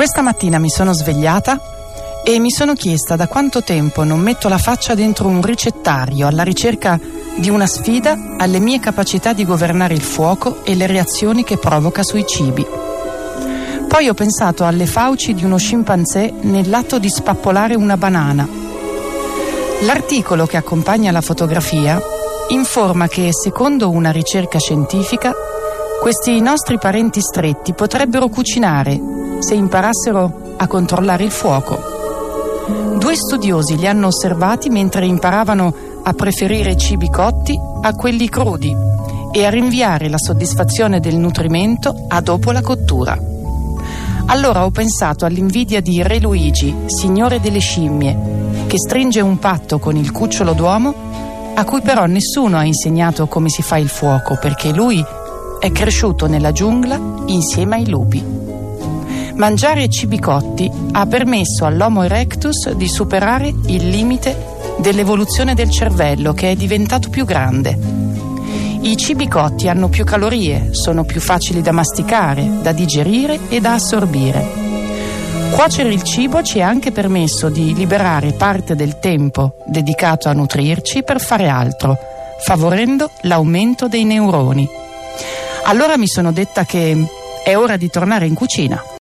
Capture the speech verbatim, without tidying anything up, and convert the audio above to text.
Questa mattina mi sono svegliata e mi sono chiesta da quanto tempo non metto la faccia dentro un ricettario alla ricerca di una sfida alle mie capacità di governare il fuoco e le reazioni che provoca sui cibi. Poi ho pensato alle fauci di uno scimpanzé nell'atto di spappolare una banana. L'articolo che accompagna la fotografia informa che, secondo una ricerca scientifica, questi nostri parenti stretti potrebbero cucinare se imparassero a controllare il fuoco. Due studiosi li hanno osservati mentre imparavano a preferire cibi cotti a quelli crudi e a rinviare la soddisfazione del nutrimento a dopo la cottura. Allora ho pensato all'invidia di Re Luigi, signore delle scimmie, che stringe un patto con il cucciolo d'uomo, a cui però nessuno ha insegnato come si fa il fuoco, perché lui è cresciuto nella giungla insieme ai lupi. Mangiare cibi cotti ha permesso all'Homo erectus di superare il limite dell'evoluzione del cervello, che è diventato più grande. I cibi cotti hanno più calorie, sono più facili da masticare, da digerire e da assorbire. Cuocere il cibo ci ha anche permesso di liberare parte del tempo dedicato a nutrirci per fare altro, favorendo l'aumento dei neuroni. Allora mi sono detta che è ora di tornare in cucina.